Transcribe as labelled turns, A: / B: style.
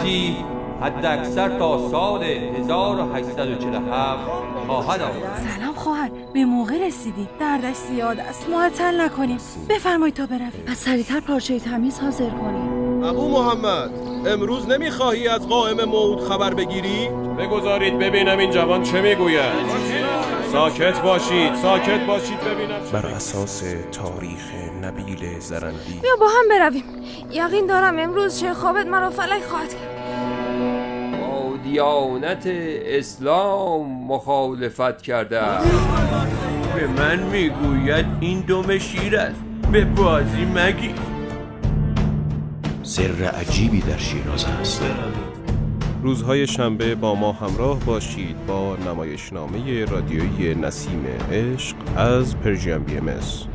A: مسیح حد اکثر تا سال 1847 خواهد آمد.
B: سلام خواهر، به موقع رسیدی. دردش زیاد است، معطل نکنیم. بفرمایید تا برویم.
C: پس سریعتر پارچه تمیز حاضر کنیم.
D: ابو محمد، امروز نمیخواهی از قائم موعود خبر بگیری؟
E: بگذارید ببینم این جوان چه میگوید. ساکت باشید ببینم.
F: بر اساس تاریخ نبیل زرندی
G: بیا با هم برویم. یقین دارم امروز شیخ عابد مرا فلک خواهد کرد.
A: با دیانت اسلام مخالفت کرده.
H: به من میگوید این دم شیر است، به بازی مگیر.
I: سر عجیبی در شیراز است.
F: روزهای شنبه با ما همراه باشید با نمایشنامه رادیویی نسیم عشق از پرژیم BMS.